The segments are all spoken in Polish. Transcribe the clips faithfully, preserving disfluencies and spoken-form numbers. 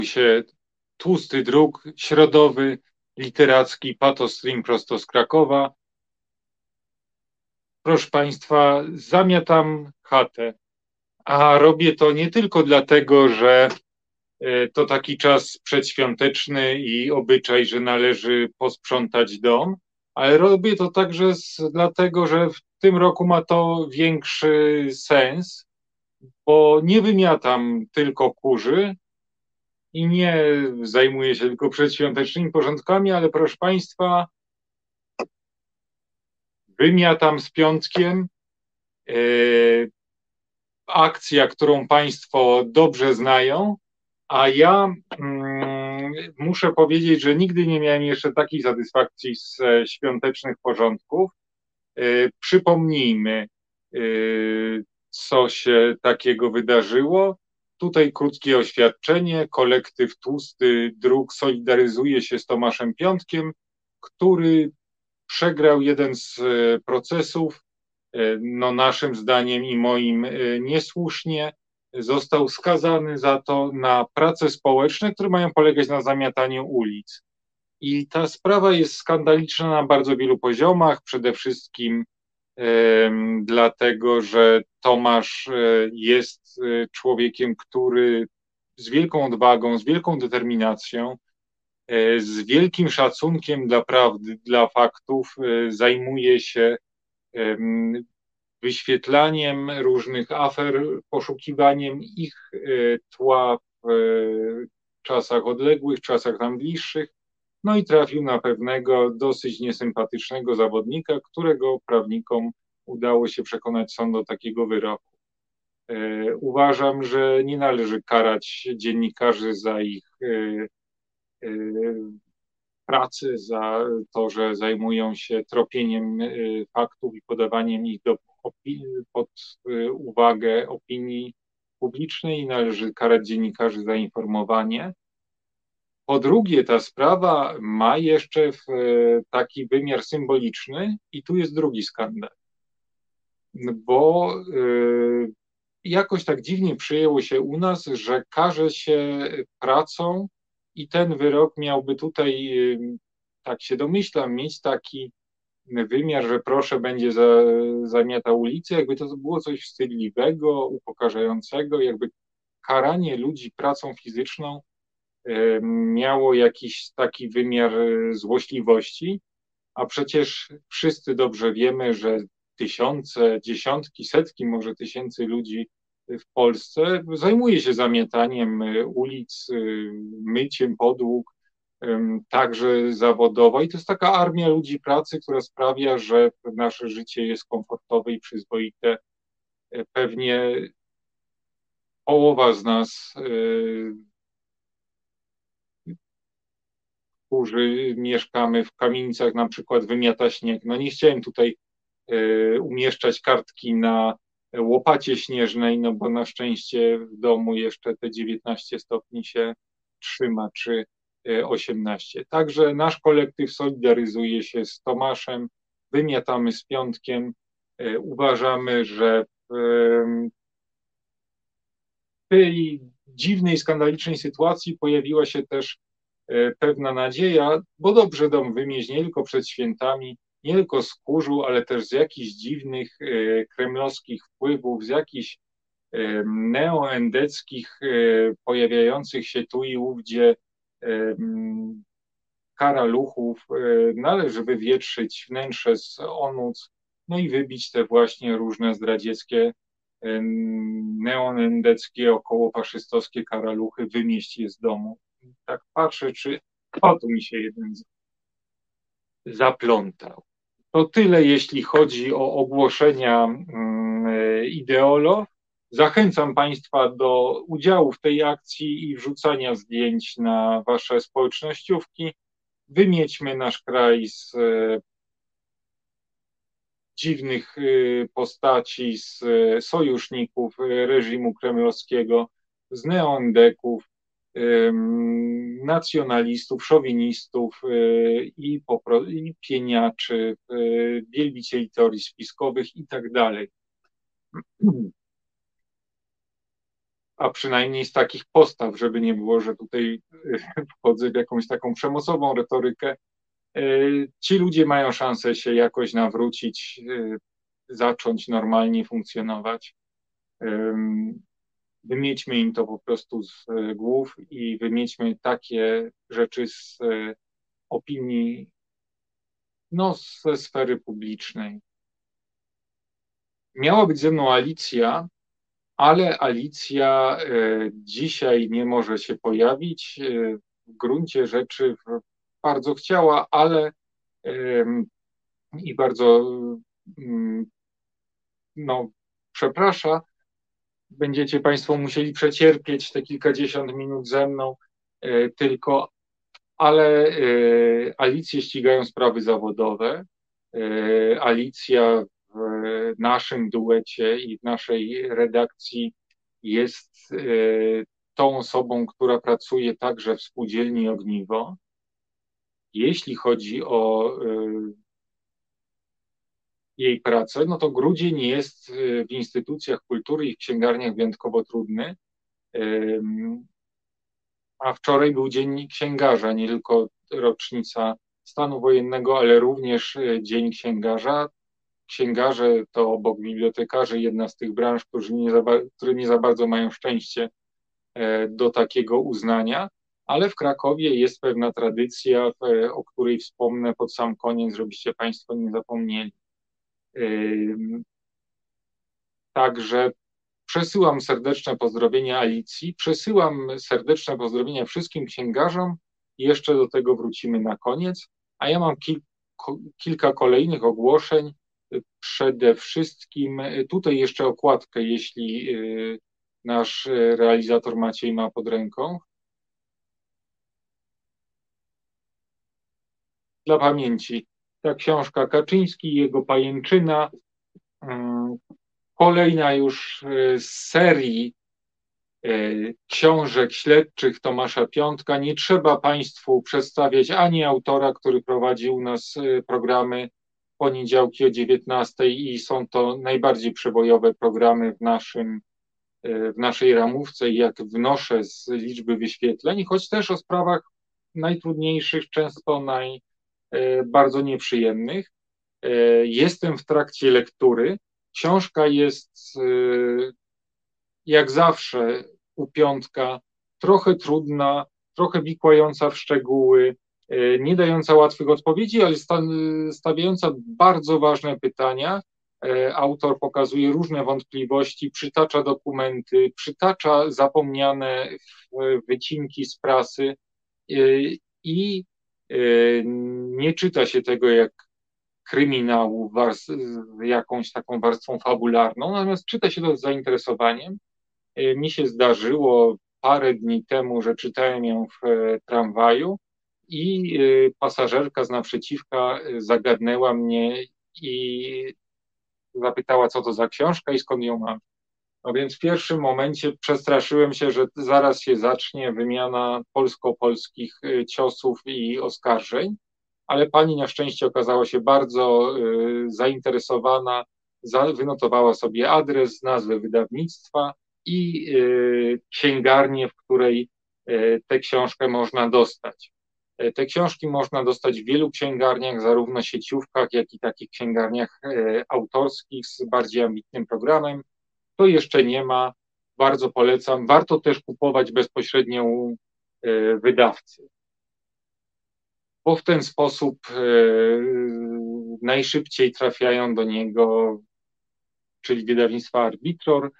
się tłusty druk środowy, literacki Patostream prosto z Krakowa. Proszę Państwa, zamiatam chatę, a robię to nie tylko dlatego, że to taki czas przedświąteczny i obyczaj, że należy posprzątać dom, ale robię to także z, dlatego, że w tym roku ma to większy sens, bo nie wymiatam tylko kurzy i nie zajmuję się tylko przedświątecznymi porządkami, ale proszę Państwa, wymiatam z piątkiem. Yy, akcja, którą Państwo dobrze znają, a ja mm, muszę powiedzieć, że nigdy nie miałem jeszcze takiej satysfakcji z e, świątecznych porządków. E, przypomnijmy, e, co się takiego wydarzyło. Tutaj krótkie oświadczenie. Kolektyw Tłusty Druk solidaryzuje się z Tomaszem Piątkiem, który przegrał jeden z e, procesów, e, no naszym zdaniem i moim e, niesłusznie. Został skazany za to na prace społeczne, które mają polegać na zamiataniu ulic. I ta sprawa jest skandaliczna na bardzo wielu poziomach. Przede wszystkim um, dlatego, że Tomasz jest człowiekiem, który z wielką odwagą, z wielką determinacją, z wielkim szacunkiem dla prawdy, dla faktów zajmuje się wyświetlaniem różnych afer, poszukiwaniem ich tła w czasach odległych, czasach nam bliższych. No i trafił na pewnego dosyć niesympatycznego zawodnika, którego prawnikom udało się przekonać sąd do takiego wyroku. Uważam, że nie należy karać dziennikarzy za ich pracę, za to, że zajmują się tropieniem faktów i podawaniem ich do, pod uwagę opinii publicznej i należy karać dziennikarzy za informowanie. Po drugie, ta sprawa ma jeszcze taki wymiar symboliczny i tu jest drugi skandal, bo jakoś tak dziwnie przyjęło się u nas, że karze się pracą i ten wyrok miałby tutaj, tak się domyślam, mieć taki wymiar, że proszę będzie za, zamiatał ulicę, jakby to było coś wstydliwego, upokarzającego, jakby karanie ludzi pracą fizyczną miało jakiś taki wymiar złośliwości, a przecież wszyscy dobrze wiemy, że tysiące, dziesiątki, setki może tysięcy ludzi w Polsce zajmuje się zamiataniem ulic, myciem podłóg, także zawodowo i to jest taka armia ludzi pracy, która sprawia, że nasze życie jest komfortowe i przyzwoite. Pewnie połowa z nas, którzy mieszkamy w kamienicach, na przykład wymiata śnieg. No nie chciałem tutaj umieszczać kartki na łopacie śnieżnej, no bo na szczęście w domu jeszcze te dziewiętnaście stopni się trzyma, czy osiemnaście. Także nasz kolektyw solidaryzuje się z Tomaszem, wymiatamy z Piątkiem. Uważamy, że w tej dziwnej, skandalicznej sytuacji pojawiła się też pewna nadzieja, bo dobrze dom wymieść nie tylko przed świętami, nie tylko z kurzu, ale też z jakichś dziwnych kremlowskich wpływów, z jakichś neoendeckich pojawiających się tu i ówdzie karaluchów. Należy wywietrzyć wnętrze z onuc, no i wybić te właśnie różne zdradzieckie, neoendeckie, okołofaszystowskie karaluchy, wymieść je z domu. Tak patrzę, czy o, tu mi się jeden zaplątał. To tyle, jeśli chodzi o ogłoszenia ideolo. Zachęcam Państwa do udziału w tej akcji i wrzucania zdjęć na Wasze społecznościówki. Wymiećmy nasz kraj z dziwnych postaci, z sojuszników reżimu kremlowskiego, z neoendeków, nacjonalistów, szowinistów i, i pieniaczy, wielbicieli teorii spiskowych i tak dalej. a przynajmniej z takich postaw, żeby nie było, że tutaj wchodzę w jakąś taką przemocową retorykę. Ci ludzie mają szansę się jakoś nawrócić, zacząć normalnie funkcjonować. Wymiećmy im to po prostu z głów i wymiećmy takie rzeczy z opinii, no, ze sfery publicznej. Miała być ze mną Alicja, ale Alicja dzisiaj nie może się pojawić. W gruncie rzeczy bardzo chciała, ale i bardzo no, przeprasza. Będziecie Państwo musieli przecierpieć te kilkadziesiąt minut ze mną, tylko, ale Alicję ścigają sprawy zawodowe. Alicja w naszym duecie i w naszej redakcji jest tą osobą, która pracuje także w spółdzielni Ogniwo. Jeśli chodzi o jej pracę, no to grudzień jest w instytucjach kultury i w księgarniach wyjątkowo trudny. A wczoraj był Dzień Księgarza, nie tylko rocznica stanu wojennego, ale również Dzień Księgarza. Księgarze to obok bibliotekarzy jedna z tych branż, którzy nie za, które nie za bardzo mają szczęście do takiego uznania, ale w Krakowie jest pewna tradycja, o której wspomnę pod sam koniec, żebyście Państwo nie zapomnieli. Także przesyłam serdeczne pozdrowienia Alicji, przesyłam serdeczne pozdrowienia wszystkim księgarzom i jeszcze do tego wrócimy na koniec, a ja mam kil, kilka kolejnych ogłoszeń. Przede wszystkim tutaj jeszcze okładkę, jeśli nasz realizator Maciej ma pod ręką. Dla pamięci, ta książka Kaczyński i jego pajęczyna, kolejna już z serii książek śledczych Tomasza Piątka. Nie trzeba Państwu przedstawiać ani autora, który prowadził u nas programy poniedziałki o dziewiętnastej i są to najbardziej przebojowe programy w naszym, w naszej ramówce, jak wnoszę z liczby wyświetleń, choć też o sprawach najtrudniejszych, często naj, bardzo nieprzyjemnych. Jestem w trakcie lektury. Książka jest jak zawsze u Piątka trochę trudna, trochę wikłająca w szczegóły, nie dająca łatwych odpowiedzi, ale stawiająca bardzo ważne pytania. Autor pokazuje różne wątpliwości, przytacza dokumenty, przytacza zapomniane wycinki z prasy i nie czyta się tego jak kryminału z jakąś taką warstwą fabularną, natomiast czyta się to z zainteresowaniem. Mi się zdarzyło parę dni temu, że czytałem ją w tramwaju i pasażerka z naprzeciwka zagadnęła mnie i zapytała, co to za książka i skąd ją mam. No więc w pierwszym momencie przestraszyłem się, że zaraz się zacznie wymiana polsko-polskich ciosów i oskarżeń, ale pani na szczęście okazała się bardzo zainteresowana, wynotowała sobie adres, nazwę wydawnictwa i księgarnię, w której tę książkę można dostać. Te książki można dostać w wielu księgarniach, zarówno sieciówkach, jak i takich księgarniach autorskich z bardziej ambitnym programem. To jeszcze nie ma, bardzo polecam. Warto też kupować bezpośrednio u wydawcy, bo w ten sposób najszybciej trafiają do niego, czyli wydawnictwa Arbitror,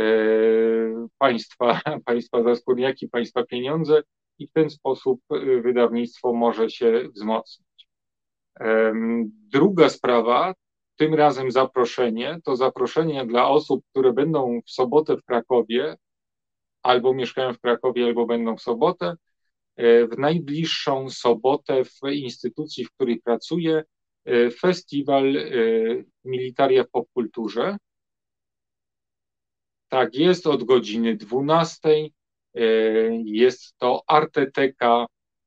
państwa, państwa za skórniaki, państwa pieniądze i w ten sposób wydawnictwo może się wzmocnić. Druga sprawa, tym razem zaproszenie, to zaproszenie dla osób, które będą w sobotę w Krakowie, albo mieszkają w Krakowie, albo będą w sobotę. W najbliższą sobotę w instytucji, w której pracuję, festiwal Militaria w popkulturze. Tak jest, od godziny dwunastej. Jest to Arteteka,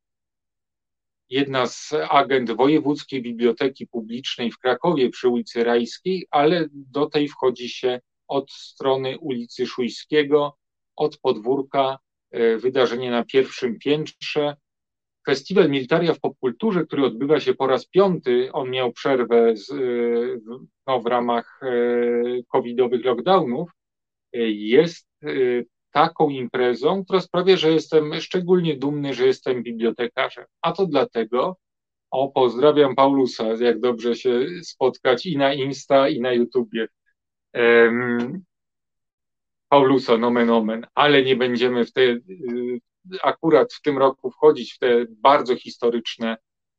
jedna z agent Wojewódzkiej Biblioteki Publicznej w Krakowie przy ulicy Rajskiej, ale do tej wchodzi się od strony ulicy Szujskiego. od podwórka, wydarzenie na pierwszym piętrze. Festiwal Militaria w popkulturze, który odbywa się po raz piąty, on miał przerwę z, no, w ramach covidowych lockdownów, jest taką imprezą, która sprawia, że jestem szczególnie dumny, że jestem bibliotekarzem. A to dlatego, o, pozdrawiam Paulusa, jak dobrze się spotkać i na Insta, i na YouTubie. Um, Paulusa, nomen omen, ale nie będziemy w te, akurat w tym roku wchodzić w te bardzo historyczne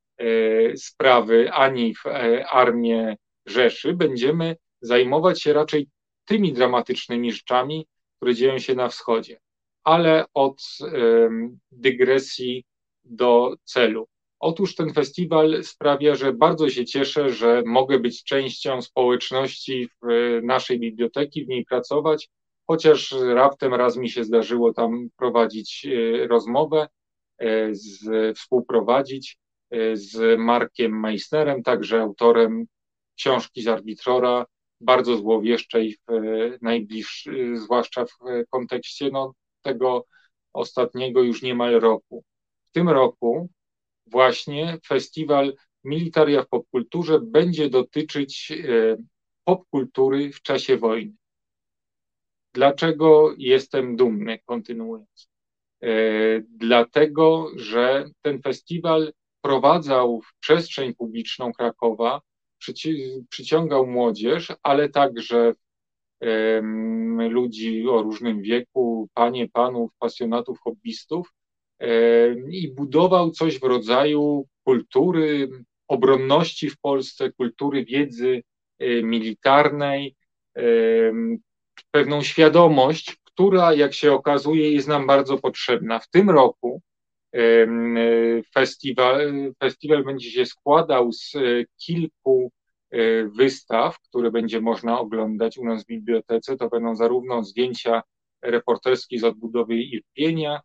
sprawy, ani w Armię Rzeszy. Będziemy zajmować się raczej tymi dramatycznymi rzeczami, które dzieją się na wschodzie. Ale od dygresji do celu. Otóż ten festiwal sprawia, że bardzo się cieszę, że mogę być częścią społeczności w naszej biblioteki, w niej pracować, chociaż raptem raz mi się zdarzyło tam prowadzić rozmowę, z, współprowadzić z Markiem Meissnerem, także autorem książki z Arbitrora, bardzo złowieszczej, w najbliższym, zwłaszcza w kontekście no, tego ostatniego już niemal roku. W tym roku właśnie festiwal Militaria w popkulturze będzie dotyczyć popkultury w czasie wojny. Dlaczego jestem dumny, kontynuując? Dlatego, że ten festiwal wprowadzał w przestrzeń publiczną Krakowa, przyci- przyciągał młodzież, ale także um, ludzi o różnym wieku, panie, panów, pasjonatów, hobbystów um, i budował coś w rodzaju kultury obronności w Polsce, kultury wiedzy um, militarnej, um, pewną świadomość, która, jak się okazuje, jest nam bardzo potrzebna. W tym roku festiwal, festiwal będzie się składał z kilku wystaw, które będzie można oglądać u nas w bibliotece. To będą zarówno zdjęcia reporterskie z odbudowy Irpienia,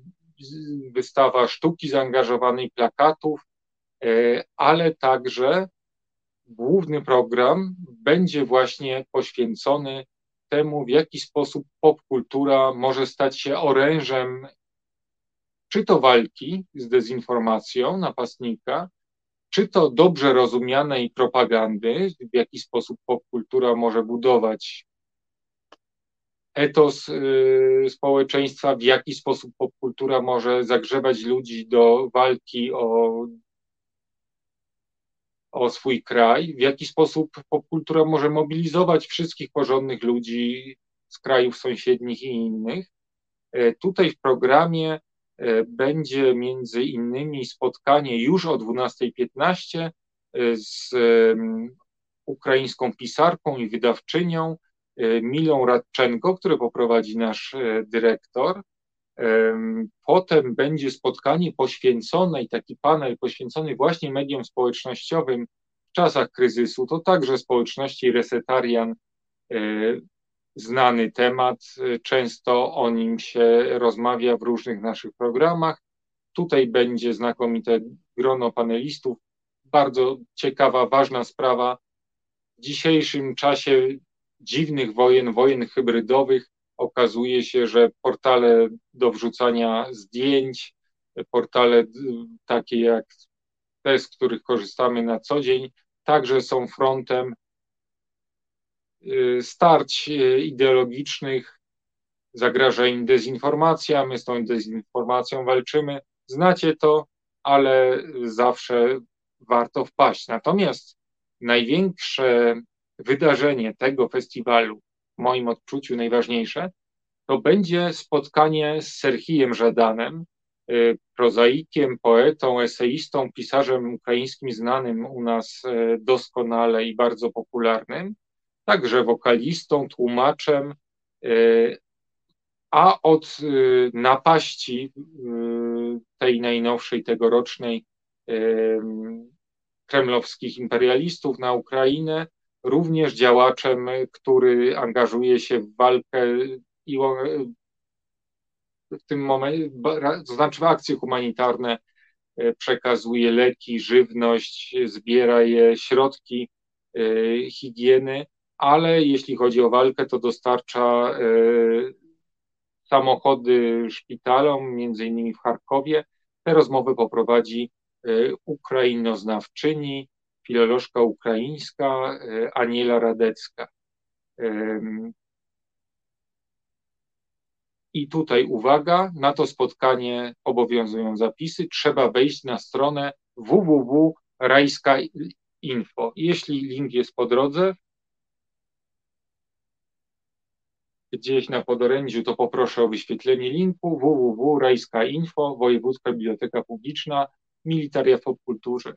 wystawa sztuki zaangażowanej, plakatów, ale także główny program będzie właśnie poświęcony temu, w jaki sposób popkultura może stać się orężem czy to walki z dezinformacją napastnika, czy to dobrze rozumianej propagandy, w jaki sposób popkultura może budować etos y, społeczeństwa, w jaki sposób popkultura może zagrzewać ludzi do walki o, o swój kraj, w jaki sposób popkultura może mobilizować wszystkich porządnych ludzi z krajów sąsiednich i innych. Y, tutaj w programie będzie między innymi spotkanie już o dwunastej piętnaście z ukraińską pisarką i wydawczynią Milą Radczenko, które poprowadzi nasz dyrektor. Potem będzie spotkanie poświęcone i taki panel poświęcony właśnie mediom społecznościowym w czasach kryzysu. To także społeczności resetarian, znany temat, często o nim się rozmawia w różnych naszych programach. Tutaj będzie znakomite grono panelistów. Bardzo ciekawa, ważna sprawa. W dzisiejszym czasie dziwnych wojen, wojen hybrydowych okazuje się, że portale do wrzucania zdjęć, portale takie jak te, z których korzystamy na co dzień, także są frontem starć ideologicznych, zagrażeń dezinformacja. My z tą dezinformacją walczymy. Znacie to, ale zawsze warto wpaść. Natomiast największe wydarzenie tego festiwalu, w moim odczuciu najważniejsze, to będzie spotkanie z Serhijem Żadanem, prozaikiem, poetą, eseistą, pisarzem ukraińskim znanym u nas doskonale i bardzo popularnym, także wokalistą, tłumaczem, a od napaści tej najnowszej, tegorocznej kremlowskich imperialistów na Ukrainę, również działaczem, który angażuje się w walkę i w tym momencie, to znaczy w akcje humanitarne, przekazuje leki, żywność, zbiera je, środki higieny, ale jeśli chodzi o walkę, to dostarcza samochody szpitalom, między innymi w Charkowie. Te rozmowy poprowadzi ukrainoznawczyni, filolożka ukraińska Aniela Radecka. I tutaj uwaga, na to spotkanie obowiązują zapisy. Trzeba wejść na stronę w w w kropka rajska kropka info. Jeśli link jest po drodze, gdzieś na podorędziu, to poproszę o wyświetlenie linku w w w kropka rajska kropka info, Wojewódzka Biblioteka Publiczna, Militariat w Popkulturze.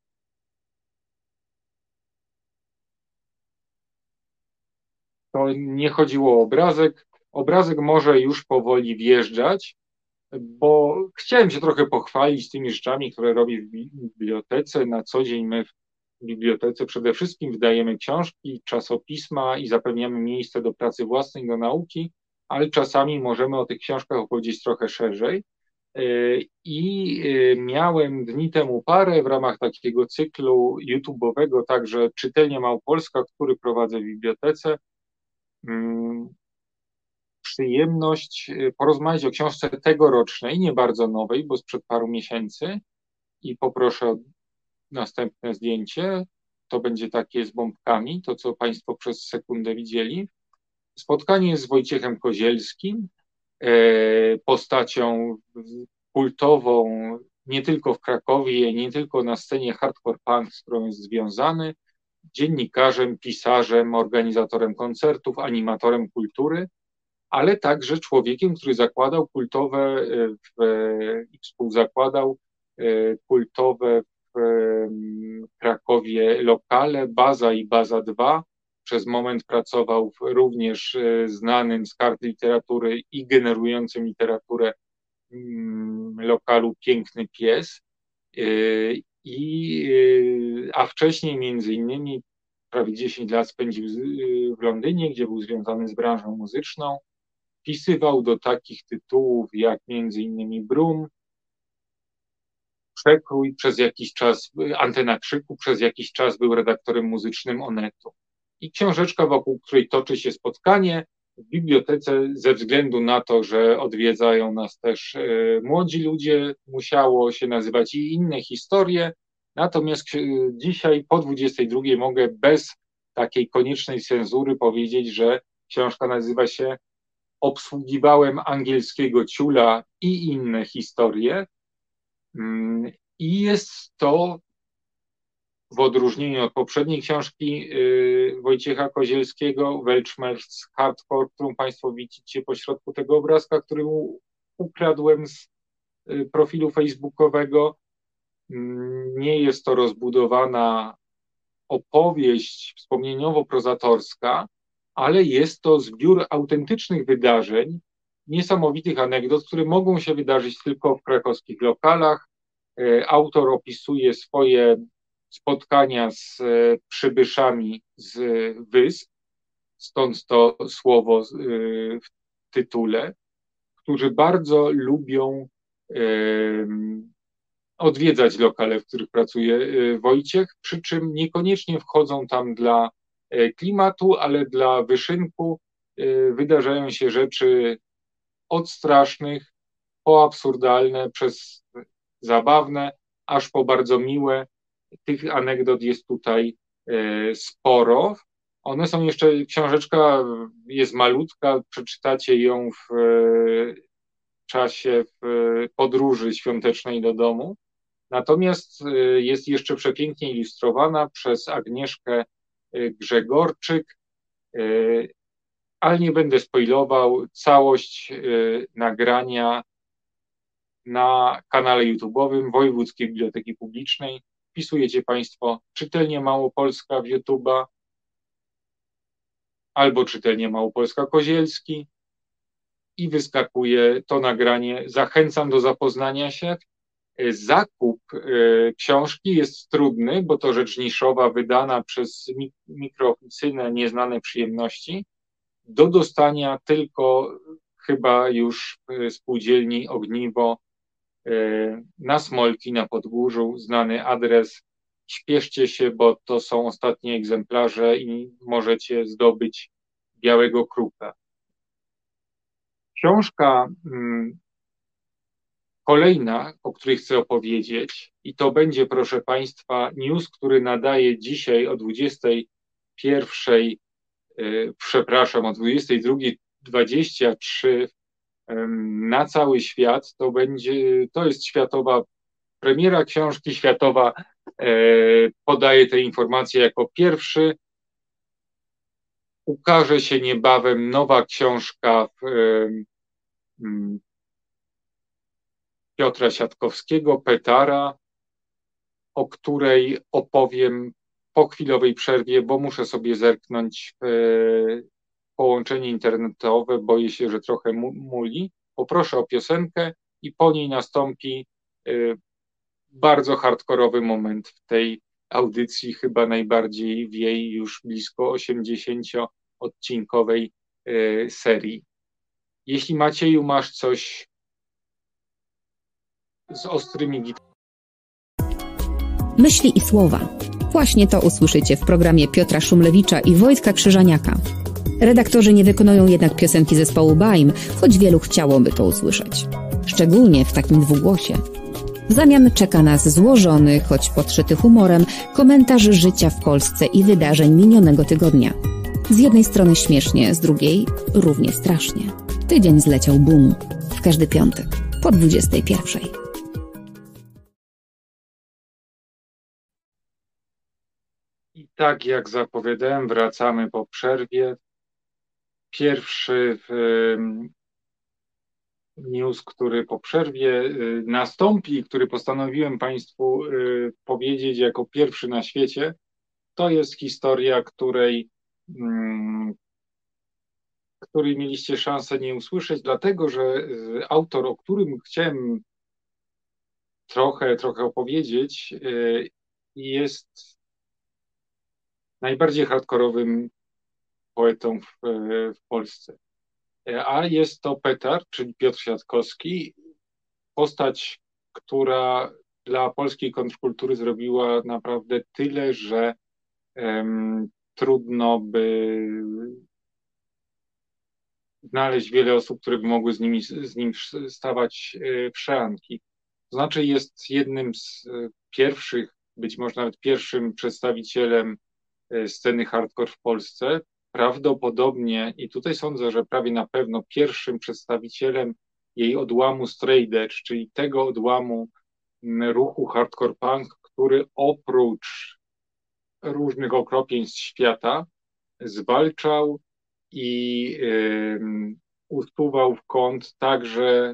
To nie chodziło o obrazek. Obrazek może już powoli wjeżdżać, bo chciałem się trochę pochwalić tymi rzeczami, które robię w bibliotece. Na co dzień my w bibliotece przede wszystkim wydajemy książki, czasopisma i zapewniamy miejsce do pracy własnej, do nauki, ale czasami możemy o tych książkach opowiedzieć trochę szerzej. I miałem dni temu parę w ramach takiego cyklu YouTube'owego, także Czytelnia Małopolska, który prowadzę w bibliotece, przyjemność porozmawiać o książce tegorocznej, nie bardzo nowej, bo sprzed paru miesięcy, i poproszę o następne zdjęcie. To będzie takie z bombkami, to co Państwo przez sekundę widzieli. Spotkanie z Wojciechem Kozielskim, postacią kultową nie tylko w Krakowie, nie tylko na scenie hardcore punk, z którą jest związany, dziennikarzem, pisarzem, organizatorem koncertów, animatorem kultury, ale także człowiekiem, który zakładał kultowe w, i współzakładał kultowe w Krakowie lokale Baza i Baza dwa. Przez moment pracował w również znanym z kart literatury i generującym literaturę lokalu Piękny Pies. I, a wcześniej między innymi prawie dziesięć lat spędził w Londynie, gdzie był związany z branżą muzyczną. Wpisywał do takich tytułów jak między innymi Brum, Przekrój, przez jakiś czas Antena Krzyku, przez jakiś czas był redaktorem muzycznym Onetu. I książeczka, wokół której toczy się spotkanie w bibliotece, ze względu na to, że odwiedzają nas też młodzi ludzie, musiało się nazywać i Inne historie. Natomiast dzisiaj po dwudziestej drugiej mogę bez takiej koniecznej cenzury powiedzieć, że książka nazywa się Obsługiwałem angielskiego ciula i inne historie. I jest to, w odróżnieniu od poprzedniej książki Wojciecha Kozielskiego, Weltschmerz Hardcore, którą Państwo widzicie pośrodku tego obrazka, który ukradłem z profilu facebookowego. Nie jest to rozbudowana opowieść wspomnieniowo-prozatorska, ale jest to zbiór autentycznych wydarzeń, niesamowitych anegdot, które mogą się wydarzyć tylko w krakowskich lokalach. Autor opisuje swoje spotkania z przybyszami z wysp, stąd to słowo w tytule, którzy bardzo lubią odwiedzać lokale, w których pracuje Wojciech, przy czym niekoniecznie wchodzą tam dla klimatu, ale dla wyszynku. Wydarzają się rzeczy od strasznych, po absurdalne, przez zabawne, aż po bardzo miłe. Tych anegdot jest tutaj sporo. One są jeszcze, książeczka jest malutka, przeczytacie ją w czasie podróży świątecznej do domu. Natomiast jest jeszcze przepięknie ilustrowana przez Agnieszkę Grzegorczyk, ale nie będę spoilował. Całość nagrania na kanale YouTube'owym Wojewódzkiej Biblioteki Publicznej. Wpisujecie Państwo Czytelnia Małopolska w YouTube'a albo Czytelnia Małopolska Kozielski i wyskakuje to nagranie. Zachęcam do zapoznania się. Zakup książki jest trudny, bo to rzecz niszowa, wydana przez mikrooficynę Nieznane Przyjemności. Do dostania tylko chyba już w spółdzielni Ogniwo na Smolki na Podgórzu, znany adres. Śpieszcie się, bo to są ostatnie egzemplarze i możecie zdobyć białego kruka. Książka mm, kolejna, o której chcę opowiedzieć, i to będzie, proszę Państwa, news, który nadaje dzisiaj o dwudziestej pierwszej, yy, przepraszam, o dwudziestej drugiej dwadzieścia trzy yy, na cały świat. To będzie, to jest światowa premiera książki, światowa, yy, podaje te informacje jako pierwszy. Ukaże się niebawem nowa książka w, yy, Piotra Siatkowskiego, Petara, o której opowiem po chwilowej przerwie, bo muszę sobie zerknąć w połączenie internetowe, boję się, że trochę muli. Poproszę o piosenkę i po niej nastąpi bardzo hardkorowy moment w tej audycji, chyba najbardziej w jej już blisko osiemdziesięcioodcinkowej serii. Jeśli Macieju masz coś z ostrymi gitarami. Myśli i słowa. Właśnie to usłyszycie w programie Piotra Szumlewicza i Wojtka Krzyżaniaka. Redaktorzy nie wykonują jednak piosenki zespołu Baim, choć wielu chciałoby to usłyszeć. Szczególnie w takim dwugłosie. W zamian czeka nas złożony, choć podszyty humorem, komentarz życia w Polsce i wydarzeń minionego tygodnia. Z jednej strony śmiesznie, z drugiej równie strasznie. Tydzień zleciał boom. W każdy piątek po dwudziestej pierwszej. I tak jak zapowiadałem, wracamy po przerwie. Pierwszy news, który po przerwie nastąpi, który postanowiłem Państwu powiedzieć jako pierwszy na świecie, to jest historia, której, której mieliście szansę nie usłyszeć, dlatego że autor, o którym chciałem trochę, trochę opowiedzieć, jest najbardziej hardkorowym poetą w, w Polsce. A jest to Petar, czyli Piotr Siatkowski, postać, która dla polskiej kontrkultury zrobiła naprawdę tyle, że um, trudno by znaleźć wiele osób, które by mogły z, nimi, z nim stawać w szeanki. To znaczy jest jednym z pierwszych, być może nawet pierwszym przedstawicielem sceny hardcore w Polsce. Prawdopodobnie, i tutaj sądzę, że prawie na pewno pierwszym przedstawicielem jej odłamu straight edge, czyli tego odłamu ruchu hardcore punk, który oprócz różnych okropieństw świata zwalczał i yy, usuwał w kąt także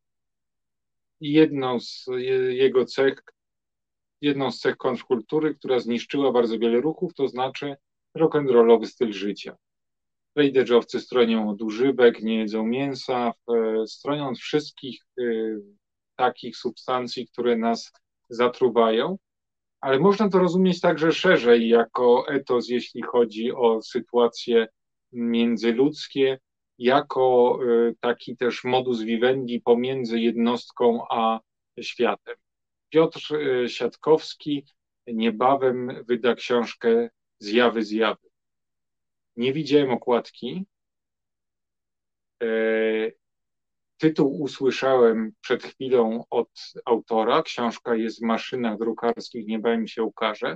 jedną z jego cech, jedną z cech kontrkultury, która zniszczyła bardzo wiele ruchów, to znaczy rock'n'rollowy styl życia. Straight edge'owcy stronią od używek, nie jedzą mięsa, stronią od wszystkich y, takich substancji, które nas zatruwają, ale można to rozumieć także szerzej, jako etos, jeśli chodzi o sytuacje międzyludzkie, jako y, taki też modus vivendi pomiędzy jednostką a światem. Piotr y, Siatkowski niebawem wyda książkę Zjawy, zjawy. Nie widziałem okładki. E, tytuł usłyszałem przed chwilą od autora. Książka jest w maszynach drukarskich, niebawem się ukaże.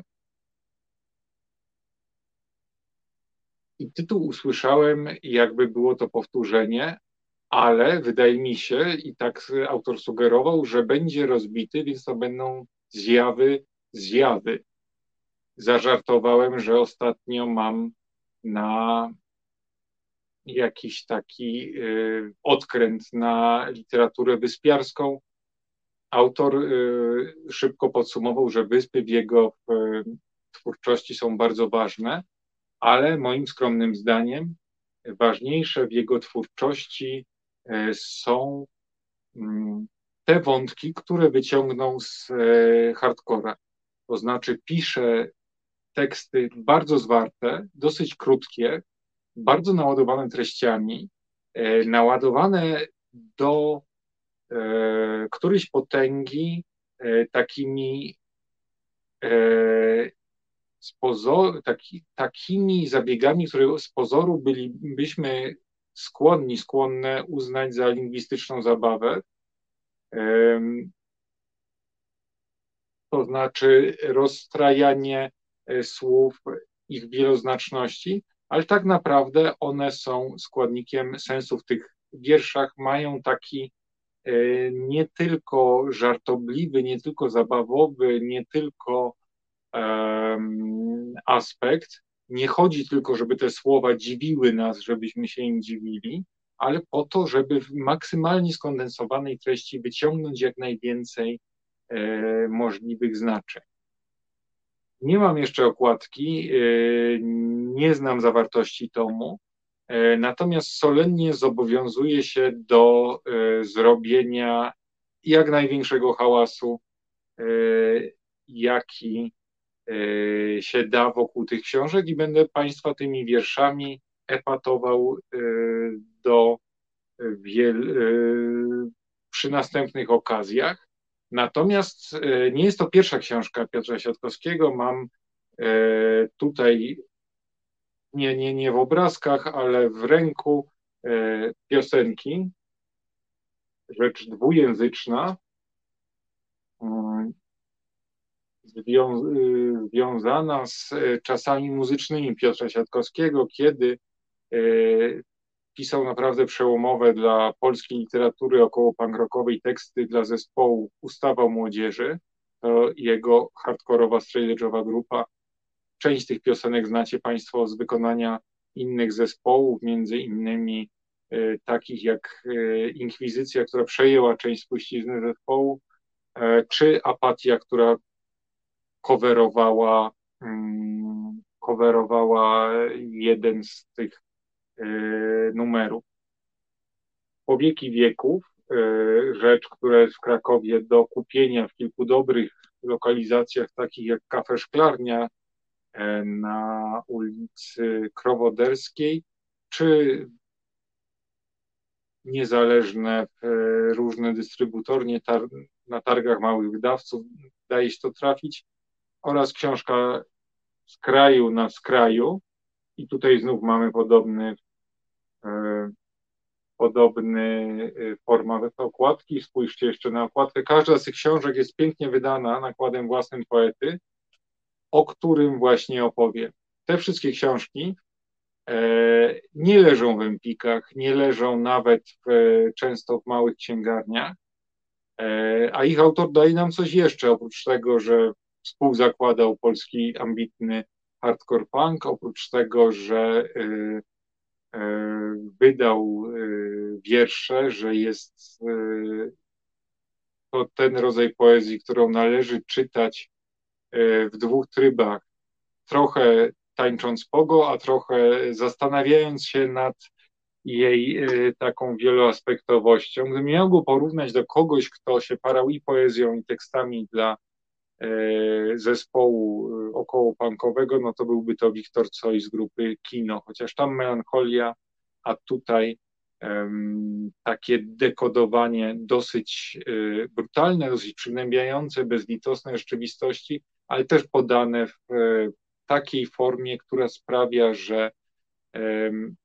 I tytuł usłyszałem, jakby było to powtórzenie, ale wydaje mi się, i tak autor sugerował, że będzie rozbity, więc to będą zjawy, zjawy. Zażartowałem, że ostatnio mam na jakiś taki y, odkręt na literaturę wyspiarską. Autor y, szybko podsumował, że wyspy w jego y, twórczości są bardzo ważne, ale moim skromnym zdaniem ważniejsze w jego twórczości y, są y, te wątki, które wyciągnął z y, hardcora. To znaczy pisze teksty bardzo zwarte, dosyć krótkie, bardzo naładowane treściami, e, naładowane do e, którejś potęgi e, takimi, e, z pozoru, taki, takimi zabiegami, które z pozoru byli, byśmy skłonni, skłonne uznać za lingwistyczną zabawę. To znaczy rozstrajanie słów, ich wieloznaczności, ale tak naprawdę one są składnikiem sensu. W tych wierszach mają taki nie tylko żartobliwy, nie tylko zabawowy, nie tylko um, aspekt. Nie chodzi tylko, żeby te słowa dziwiły nas, żebyśmy się im dziwili, ale po to, żeby w maksymalnie skondensowanej treści wyciągnąć jak najwięcej e, możliwych znaczeń. Nie mam jeszcze okładki, e, nie znam zawartości tomu, e, natomiast solennie zobowiązuję się do e, zrobienia jak największego hałasu, e, jaki e, się da wokół tych książek i będę Państwa tymi wierszami epatował e, do wiel, e, przy następnych okazjach. Natomiast e, nie jest to pierwsza książka Piotra Siatkowskiego. Mam e, tutaj nie, nie, nie w obrazkach, ale w ręku e, piosenki, rzecz dwujęzyczna, zwią- związana z czasami muzycznymi Piotra Siatkowskiego, kiedy e, pisał naprawdę przełomowe dla polskiej literatury około punk rockowej teksty dla zespołu Ustawa Młodzieży. To jego hardkorowa, straight edge'owa grupa. Część z tych piosenek znacie Państwo z wykonania innych zespołów, między innymi e, takich jak e, Inkwizycja, która przejęła część spuścizny zespołu, e, czy Apatia, która coverowała, mm, coverowała jeden z tych e, numerów. Powieki wieków, e, rzecz, która jest w Krakowie do kupienia w kilku dobrych lokalizacjach, takich jak Kafe Szklarnia na ulicy Krowoderskiej, czy niezależne różne dystrybutornie tar na targach małych wydawców, daje się to trafić, oraz książka Z kraju na skraju. I tutaj znów mamy podobny, e, podobny format okładki. Spójrzcie jeszcze na okładkę. Każda z tych książek jest pięknie wydana nakładem własnym poety, o którym właśnie opowiem. Te wszystkie książki e, nie leżą w empikach, nie leżą nawet w, często w małych księgarniach, e, a ich autor daje nam coś jeszcze, oprócz tego, że współzakładał polski ambitny hardcore punk, oprócz tego, że e, e, wydał e, wiersze, że jest e, to ten rodzaj poezji, którą należy czytać e, w dwóch trybach, trochę tańcząc pogo, a trochę zastanawiając się nad jej y, taką wieloaspektowością. Gdybym miał go porównać do kogoś, kto się parał i poezją, i tekstami dla y, zespołu y, okołopunkowego, no to byłby to Wiktor Coj z grupy Kino, chociaż tam melancholia, a tutaj um, takie dekodowanie dosyć y, brutalne, dosyć przygnębiające, bezlitosne rzeczywistości, ale też podane w y, takiej formie, która sprawia, że um,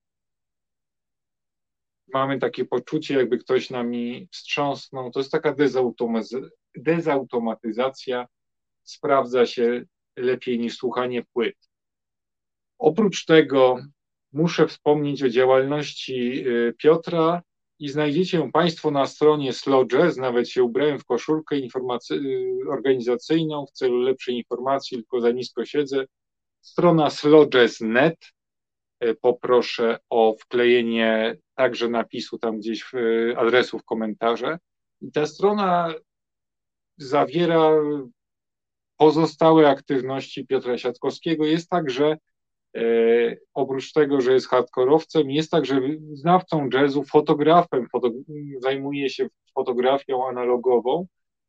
mamy takie poczucie, jakby ktoś nami wstrząsnął. To jest taka dezautomatyzacja, sprawdza się lepiej niż słuchanie płyt. Oprócz tego muszę wspomnieć o działalności Piotra i znajdziecie ją Państwo na stronie Slow Jazz. Nawet się ubrałem w koszulkę organizacyjną w celu lepszej informacji, tylko za nisko siedzę. Strona slow jazz kropka net. Poproszę o wklejenie także napisu tam gdzieś w adresu w komentarze. I ta strona zawiera pozostałe aktywności Piotra Siatkowskiego. Jest także, e, oprócz tego, że jest hardkorowcem, jest także znawcą jazzu, fotografem, foto, zajmuje się fotografią analogową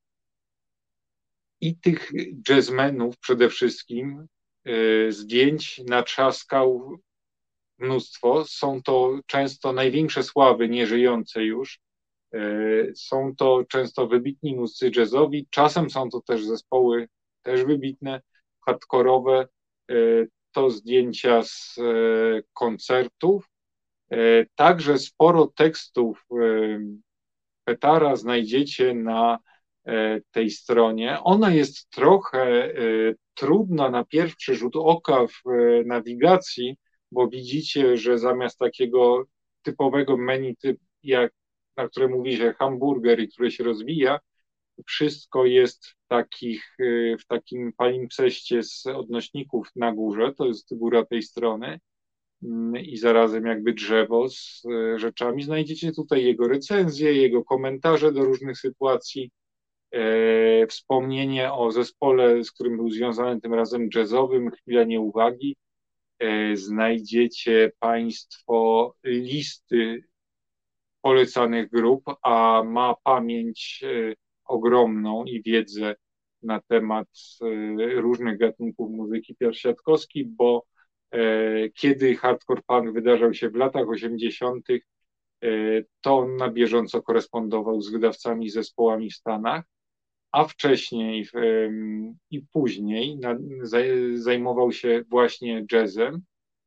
i tych jazzmenów przede wszystkim e, zdjęć natrzaskał mnóstwo. Są to często największe sławy, nieżyjące już. Są to często wybitni muzycy jazzowi, czasem są to też zespoły też wybitne, hardkorowe. To zdjęcia z koncertów, Także sporo tekstów Petara znajdziecie na tej stronie. Ona jest trochę trudna na pierwszy rzut oka w nawigacji, bo widzicie, że zamiast takiego typowego menu, typ, jak, na które mówi się hamburger i które się rozwija, wszystko jest w, takich, w takim palimpseście z odnośników na górze, to jest góra tej strony i zarazem jakby drzewo z rzeczami. Znajdziecie tutaj jego recenzje, jego komentarze do różnych sytuacji, e, wspomnienie o zespole, z którym był związany tym razem jazzowym, Chwila Nieuwagi. E, znajdziecie Państwo listy polecanych grup, a ma pamięć e, ogromną i wiedzę na temat e, różnych gatunków muzyki Piotr Siatkowski, bo kiedy hardcore punk wydarzał się w latach osiemdziesiątych, to on na bieżąco korespondował z wydawcami i zespołami w Stanach, a wcześniej i później zajmował się właśnie jazzem.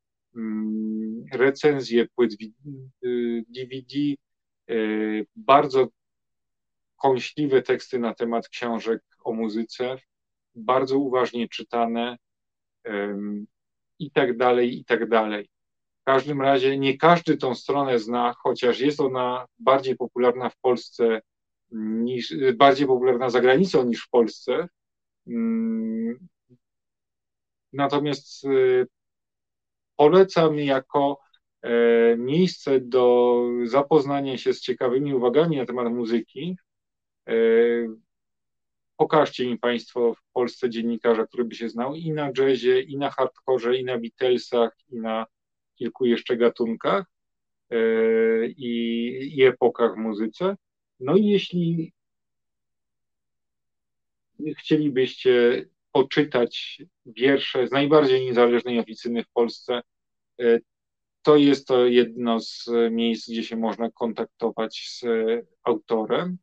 Recenzje płyt D V D, bardzo kąśliwe teksty na temat książek o muzyce, bardzo uważnie czytane, i tak dalej, i tak dalej. W każdym razie nie każdy tą stronę zna, chociaż jest ona bardziej popularna w Polsce niż, bardziej popularna za granicą niż w Polsce. Natomiast polecam jako miejsce do zapoznania się z ciekawymi uwagami na temat muzyki. Pokażcie mi Państwo w Polsce dziennikarza, który by się znał i na jazzie, i na hardkorze, i na Beatlesach, i na kilku jeszcze gatunkach yy, i, i epokach w muzyce. No i jeśli chcielibyście poczytać wiersze z najbardziej niezależnej oficyny w Polsce, yy, to jest to jedno z miejsc, gdzie się można kontaktować z autorem.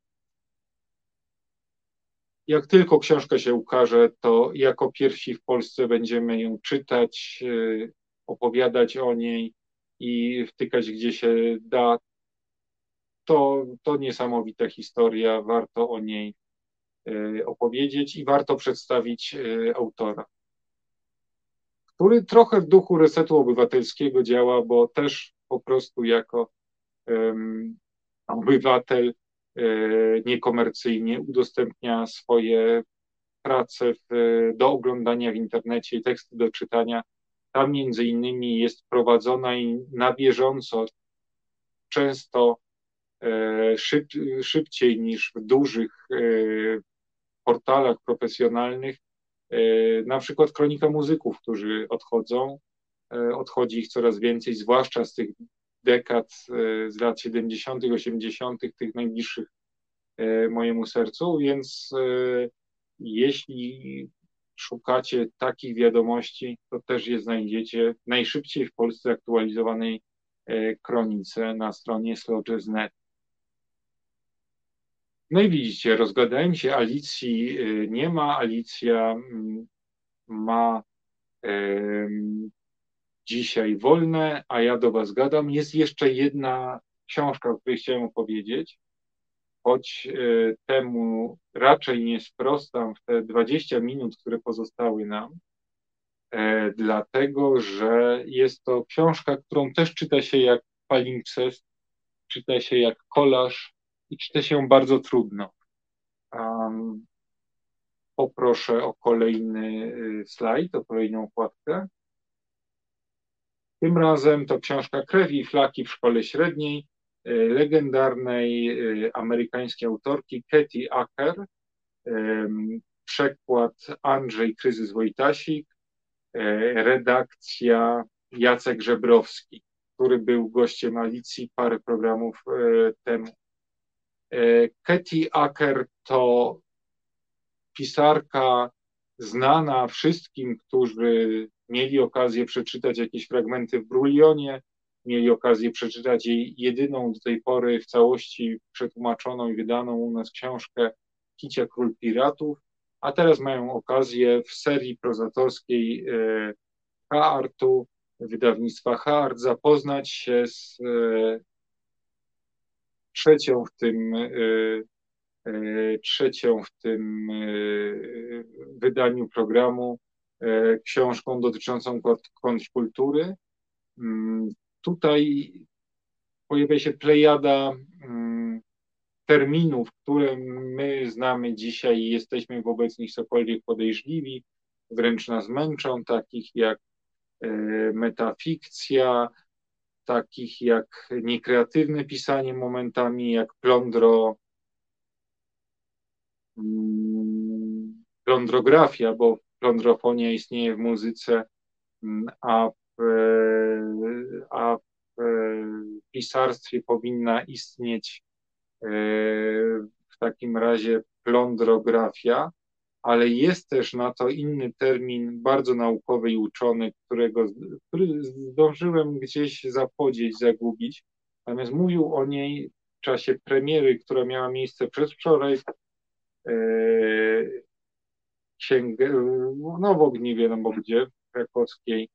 Jak tylko książka się ukaże, to jako pierwsi w Polsce będziemy ją czytać, opowiadać o niej i wtykać gdzie się da. To, to niesamowita historia, warto o niej opowiedzieć i warto przedstawić autora, który trochę w duchu Resetu Obywatelskiego działa, bo też po prostu jako um, obywatel niekomercyjnie udostępnia swoje prace w, do oglądania w internecie i teksty do czytania. Tam między innymi jest prowadzona i na bieżąco, często szyb, szybciej niż w dużych portalach profesjonalnych, na przykład kronika muzyków, którzy odchodzą. Odchodzi ich coraz więcej, zwłaszcza z tych dekad z lat siedemdziesiątych, osiemdziesiątych, tych najbliższych mojemu sercu, więc jeśli szukacie takich wiadomości, to też je znajdziecie najszybciej w Polsce aktualizowanej kronice na stronie slow jazz kropka net. No i widzicie, rozgadałem się, Alicji nie ma, Alicja ma dzisiaj wolne, a ja do Was gadam. Jest jeszcze jedna książka, o której chciałem opowiedzieć, choć y, temu raczej nie sprostam w te dwadzieścia minut, które pozostały nam, e, dlatego że jest to książka, którą też czyta się jak palimpsest, czyta się jak kolaż i czyta się bardzo trudno. Um, poproszę o kolejny slajd, o kolejną okładkę. Tym razem to książka Krew i flaki w szkole średniej legendarnej amerykańskiej autorki Katie Acker, przekład Andrzej Kryzys-Wojtasik, redakcja Jacek Żebrowski, który był gościem Alicji parę programów temu. Katie Acker to pisarka znana wszystkim, którzy mieli okazję przeczytać jakieś fragmenty w Brulionie, mieli okazję przeczytać jej jedyną do tej pory w całości przetłumaczoną i wydaną u nas książkę Kicia Król Piratów, a teraz mają okazję w serii prozatorskiej K-Artu wydawnictwa Hart, zapoznać się z trzecią w tym, trzecią w tym wydaniu programu książką dotyczącą kontrkultury. Tutaj pojawia się plejada terminów, które my znamy dzisiaj i jesteśmy wobec nich cokolwiek podejrzliwi, wręcz nas męczą, takich jak metafikcja, takich jak niekreatywne pisanie momentami, jak plądro, plądrografia, bo plądrofonia istnieje w muzyce, a w, a w pisarstwie powinna istnieć w takim razie plądrografia, ale jest też na to inny termin, bardzo naukowy i uczony, którego, który zdążyłem gdzieś zapodzieć, zagubić. Natomiast mówił o niej w czasie premiery, która miała miejsce przedwczoraj w księgę, no w Ogniwie, no bo gdzie, w krakowskiej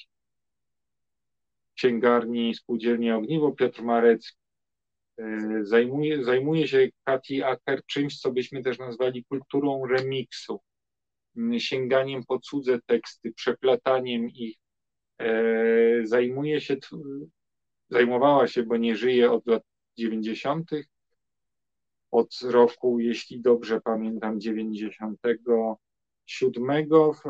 księgarni Spółdzielni Ogniwo, Piotr Marecki. Zajmuje, zajmuje się Kati Acker czymś, co byśmy też nazwali kulturą remiksu, sięganiem po cudze teksty, przeplataniem ich. Zajmuje się, zajmowała się, bo nie żyje od lat dziewięćdziesiątych, od roku, jeśli dobrze pamiętam, dziewięćdziesiątego siódmego w,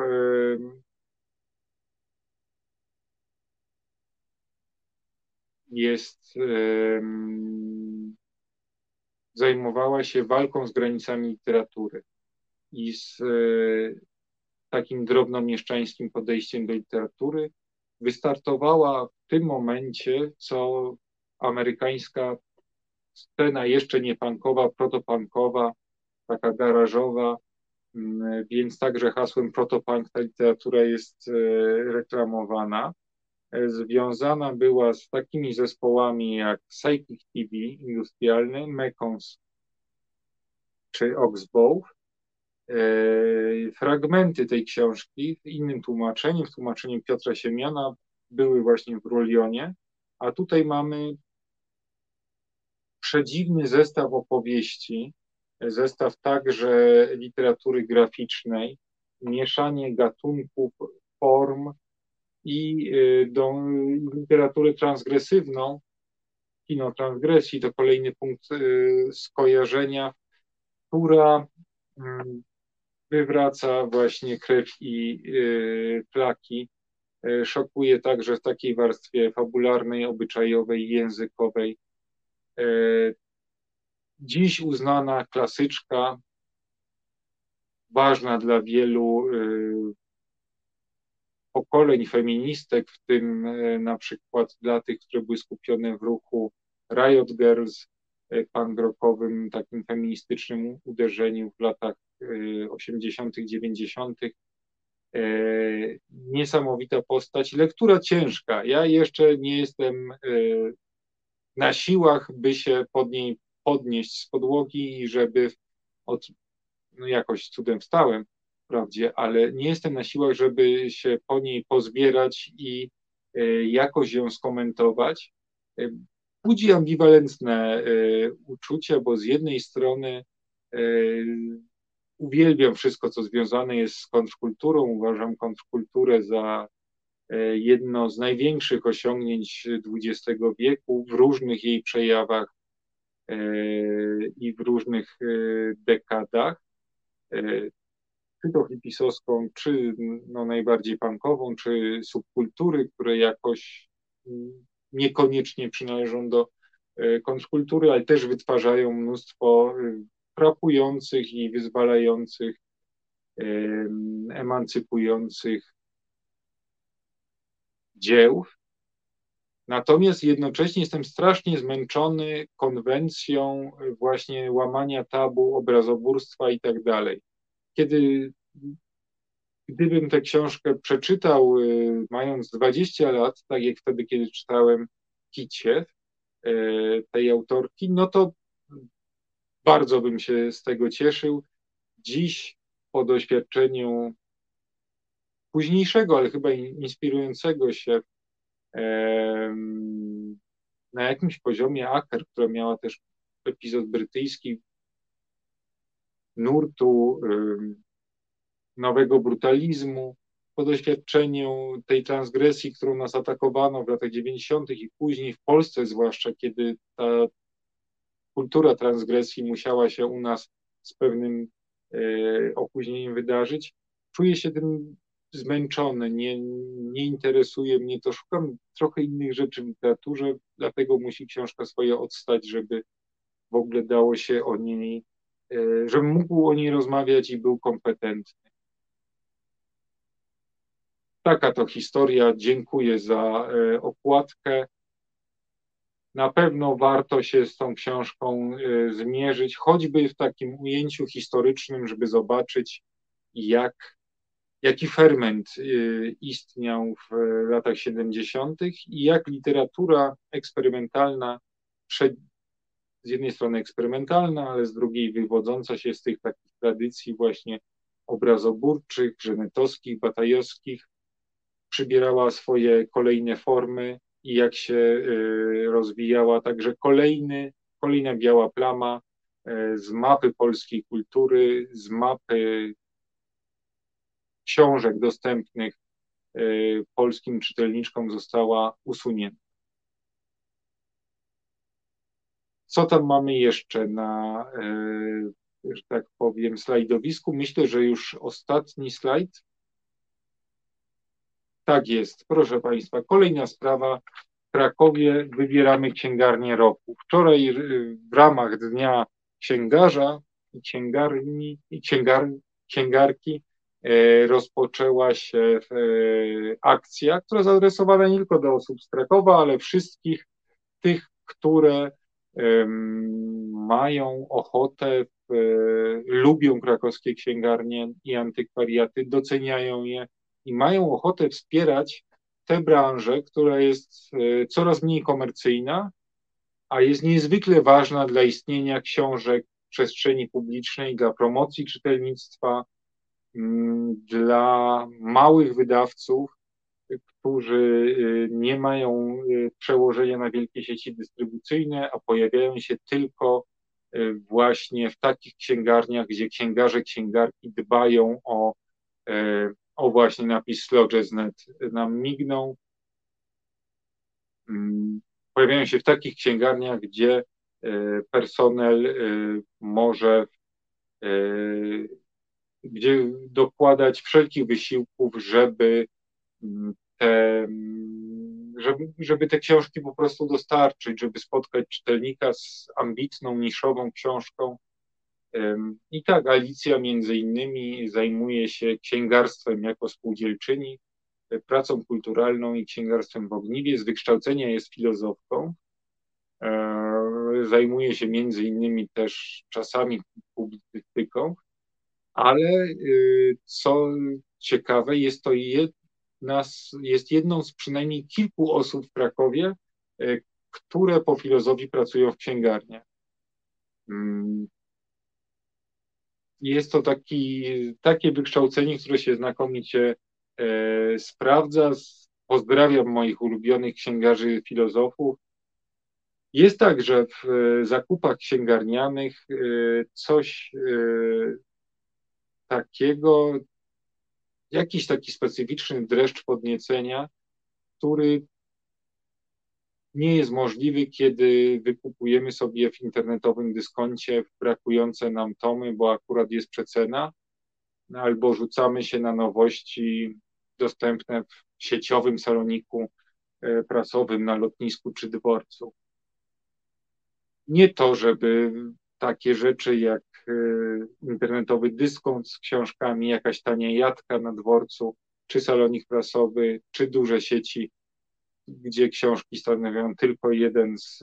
jest zajmowała się walką z granicami literatury i z takim drobnomieszczańskim podejściem do literatury. Wystartowała w tym momencie, co amerykańska scena jeszcze nie punkowa, protopunkowa, taka garażowa, więc także hasłem protopunk ta literatura jest reklamowana. Związana była z takimi zespołami jak Psychic T V industrialny, Mekons czy Oxbow. Fragmenty tej książki w innym tłumaczeniu, w tłumaczeniu Piotra Siemiona, były właśnie w Rulionie, a tutaj mamy przedziwny zestaw opowieści, zestaw także literatury graficznej, mieszanie gatunków, form i do literatury transgresywną, kino transgresji to kolejny punkt skojarzenia, która wywraca właśnie krew i flaki, szokuje także w takiej warstwie fabularnej, obyczajowej, językowej. Dziś uznana klasyczka, ważna dla wielu pokoleń feministek, w tym na przykład dla tych, które były skupione w ruchu Riot Girls, punk rockowym, takim feministycznym uderzeniu w latach osiemdziesiątych, dziewięćdziesiątych. Niesamowita postać, lektura ciężka. Ja jeszcze nie jestem na siłach, by się pod niej podnieść z podłogi i żeby od, no jakoś cudem wstałem, wprawdzie, ale nie jestem na siłach, żeby się po niej pozbierać i jakoś ją skomentować. Budzi ambiwalentne uczucia, bo z jednej strony uwielbiam wszystko, co związane jest z kontrkulturą. Uważam kontrkulturę za jedno z największych osiągnięć dwudziestego wieku w różnych jej przejawach i w różnych dekadach, czy to hipisowską, czy no najbardziej punkową, czy subkultury, które jakoś niekoniecznie przynależą do kontrkultury, ale też wytwarzają mnóstwo frapujących i wyzwalających, emancypujących dzieł. Natomiast jednocześnie jestem strasznie zmęczony konwencją właśnie łamania tabu, obrazoburstwa i tak dalej. Kiedy, gdybym tę książkę przeczytał mając dwadzieścia lat, tak jak wtedy, kiedy czytałem Kiciew tej autorki, no to bardzo bym się z tego cieszył. Dziś po doświadczeniu późniejszego, ale chyba inspirującego się Na jakimś poziomie Aker, która miała też epizod brytyjski, nurtu nowego brutalizmu, po doświadczeniu tej transgresji, którą nas atakowano w latach dziewięćdziesiątych i później w Polsce zwłaszcza, kiedy ta kultura transgresji musiała się u nas z pewnym e, opóźnieniem wydarzyć, czuję się tym zmęczony, nie, nie interesuje mnie to, szukam trochę innych rzeczy w literaturze, dlatego musi książka swoje odstać, żeby w ogóle dało się o niej, e, żebym mógł o niej rozmawiać i był kompetentny. Taka to historia. Dziękuję za e, okładkę. Na pewno warto się z tą książką e, zmierzyć, choćby w takim ujęciu historycznym, żeby zobaczyć, jak, jaki ferment e, istniał w latach siedemdziesiątych i jak literatura eksperymentalna, z jednej strony eksperymentalna, ale z drugiej wywodząca się z tych takich tradycji właśnie obrazoburczych, żenetowskich, batajowskich, przybierała swoje kolejne formy i jak się y, rozwijała także kolejny, kolejna biała plama y, z mapy polskiej kultury, z mapy książek dostępnych y, polskim czytelniczkom została usunięta. Co tam mamy jeszcze na, y, że tak powiem, slajdowisku? Myślę, że już ostatni slajd. Tak jest, proszę Państwa. Kolejna sprawa. W Krakowie wybieramy księgarnię roku. Wczoraj w ramach Dnia Księgarza i Księgarni i księgar, Księgarki rozpoczęła się akcja, która zaadresowana nie tylko do osób z Krakowa, ale wszystkich tych, które mają ochotę, lubią krakowskie księgarnie i antykwariaty, doceniają je i mają ochotę wspierać tę branżę, która jest coraz mniej komercyjna, a jest niezwykle ważna dla istnienia książek w przestrzeni publicznej, dla promocji czytelnictwa, dla małych wydawców, którzy nie mają przełożenia na wielkie sieci dystrybucyjne, a pojawiają się tylko właśnie w takich księgarniach, gdzie księgarze, księgarki dbają o, o właśnie napis Lodges kropka net nam mignął. Pojawiają się w takich księgarniach, gdzie personel może gdzie dokładać wszelkich wysiłków, żeby te, żeby, żeby te książki po prostu dostarczyć, żeby spotkać czytelnika z ambitną, niszową książką. I tak, Alicja między innymi zajmuje się księgarstwem jako spółdzielczyni, pracą kulturalną i księgarstwem w Ogniwie. Z wykształcenia jest filozofką. Zajmuje się między innymi też czasami publicystyką, ale co ciekawe, jest to jedna z, jest jedną z przynajmniej kilku osób w Krakowie, które po filozofii pracują w księgarniach. Jest to taki, takie wykształcenie, które się znakomicie e, sprawdza. Pozdrawiam moich ulubionych księgarzy filozofów. Jest tak, że w e, zakupach księgarnianych e, coś e, takiego, jakiś taki specyficzny dreszcz podniecenia, który nie jest możliwy, kiedy wykupujemy sobie w internetowym dyskoncie brakujące nam tomy, bo akurat jest przecena, albo rzucamy się na nowości dostępne w sieciowym saloniku prasowym na lotnisku czy dworcu. Nie to, żeby takie rzeczy jak internetowy dyskont z książkami, jakaś tania jadka na dworcu, czy salonik prasowy, czy duże sieci, gdzie książki stanowią tylko jeden z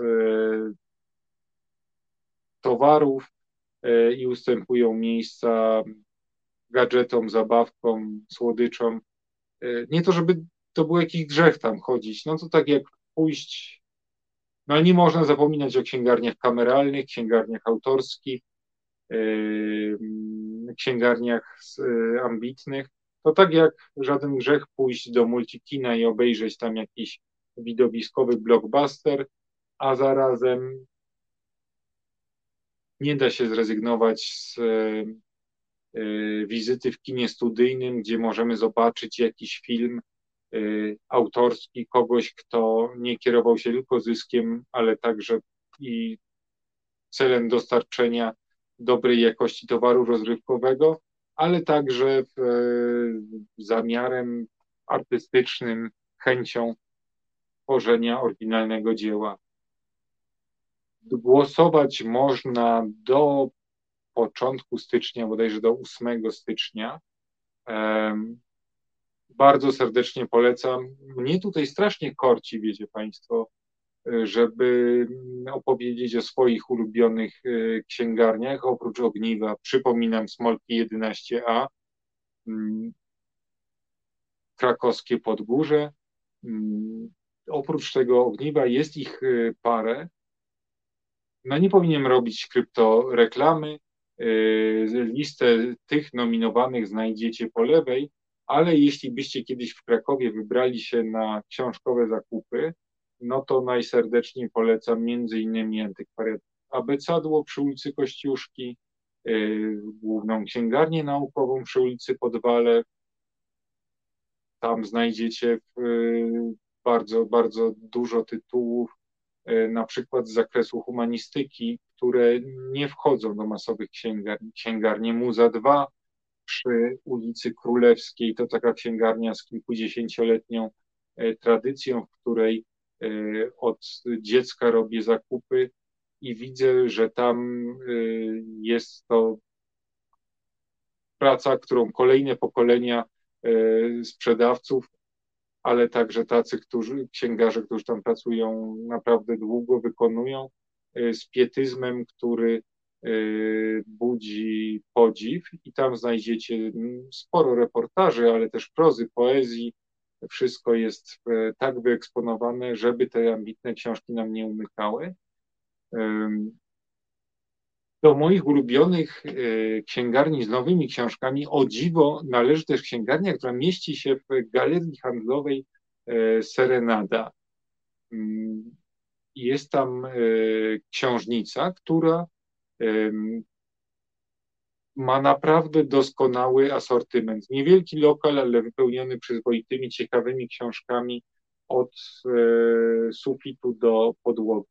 towarów i ustępują miejsca gadżetom, zabawkom, słodyczom. Nie to, żeby to był jakiś grzech tam chodzić, no to tak jak pójść, no ale nie można zapominać o księgarniach kameralnych, księgarniach autorskich, księgarniach ambitnych. To tak jak żaden grzech pójść do multikina i obejrzeć tam jakiś widowiskowy blockbuster, a zarazem nie da się zrezygnować z wizyty w kinie studyjnym, gdzie możemy zobaczyć jakiś film autorski kogoś, kto nie kierował się tylko zyskiem, ale także i celem dostarczenia dobrej jakości towaru rozrywkowego, ale także zamiarem artystycznym, chęcią tworzenia oryginalnego dzieła. Głosować można do początku stycznia, bodajże do ósmego stycznia. Bardzo serdecznie polecam. Mnie tutaj strasznie korci, wiecie Państwo, żeby opowiedzieć o swoich ulubionych księgarniach. Oprócz Ogniwa, przypominam, Smolki jedenaście A, krakowskie Podgórze. Oprócz tego Ogniwa jest ich parę. No nie powinienem robić kryptoreklamy. Listę tych nominowanych znajdziecie po lewej, ale jeśli byście kiedyś w Krakowie wybrali się na książkowe zakupy, no to najserdeczniej polecam między innymi Antykwariat Abecadło przy ulicy Kościuszki, Główną Księgarnię Naukową przy ulicy Podwale. Tam znajdziecie bardzo, bardzo dużo tytułów, na przykład z zakresu humanistyki, które nie wchodzą do masowych księgarni. Księgarnie Muza dwa przy ulicy Królewskiej to taka księgarnia z kilkudziesięcioletnią tradycją, w której od dziecka robię zakupy i widzę, że tam jest to praca, którą kolejne pokolenia sprzedawców, ale także tacy, którzy, księgarze, którzy tam pracują naprawdę długo, wykonują z pietyzmem, który budzi podziw, i tam znajdziecie sporo reportaży, ale też prozy, poezji. Wszystko jest tak wyeksponowane, żeby te ambitne książki nam nie umykały. Do moich ulubionych księgarni z nowymi książkami, o dziwo, należy też księgarnia, która mieści się w galerii handlowej Serenada. Jest tam książnica, która ma naprawdę doskonały asortyment. Niewielki lokal, ale wypełniony przyzwoitymi, ciekawymi książkami od sufitu do podłogi.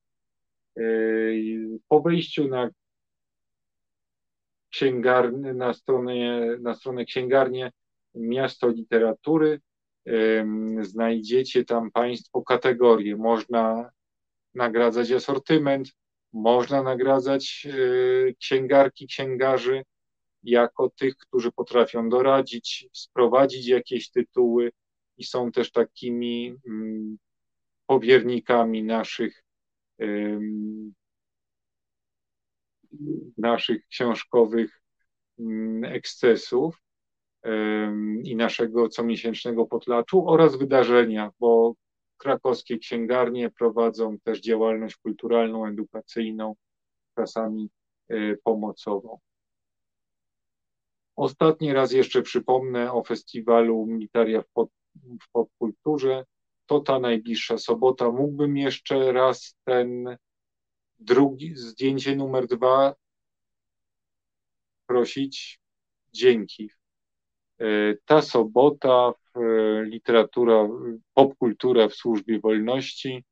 Po wejściu na księgarnię, na stronę, na stronę księgarnię Miasto Literatury, znajdziecie tam Państwo kategorie. Można nagradzać asortyment, można nagradzać księgarki, księgarzy jako tych, którzy potrafią doradzić, sprowadzić jakieś tytuły i są też takimi powiernikami naszych naszych książkowych ekscesów i naszego comiesięcznego potlaczu oraz wydarzenia, bo krakowskie księgarnie prowadzą też działalność kulturalną, edukacyjną, czasami pomocową. Ostatni raz jeszcze przypomnę o festiwalu Militaria w, pod, w Popkulturze. To ta najbliższa sobota. Mógłbym jeszcze raz ten drugi, zdjęcie numer dwa prosić. Dzięki. Ta sobota w literatura, popkultura w służbie wolności,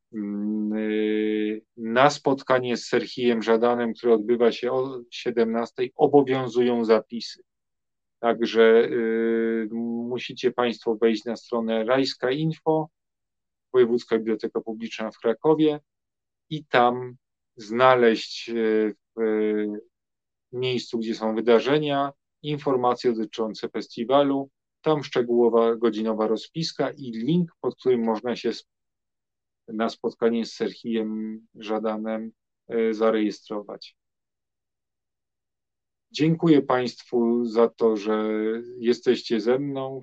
na spotkanie z Serhijem Żadanem, które odbywa się o siedemnastej, obowiązują zapisy. Także y, musicie Państwo wejść na stronę Rajska Info, Wojewódzka Biblioteka Publiczna w Krakowie, i tam znaleźć w miejscu, gdzie są wydarzenia, informacje dotyczące festiwalu, tam szczegółowa godzinowa rozpiska i link, pod którym można się na spotkanie z Serhijem Żadanem zarejestrować. Dziękuję Państwu za to, że jesteście ze mną.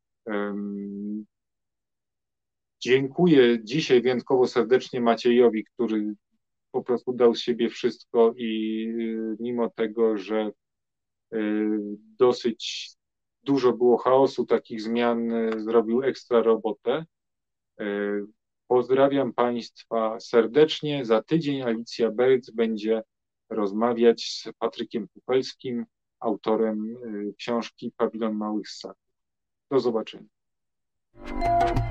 Dziękuję dzisiaj wyjątkowo serdecznie Maciejowi, który po prostu dał z siebie wszystko i mimo tego, że dosyć dużo było chaosu, takich zmian, zrobił ekstra robotę. Pozdrawiam Państwa serdecznie. Za tydzień Alicja Berc będzie rozmawiać z Patrykiem Pupelskim, autorem książki Pawilon Małych Ssaków. Do zobaczenia.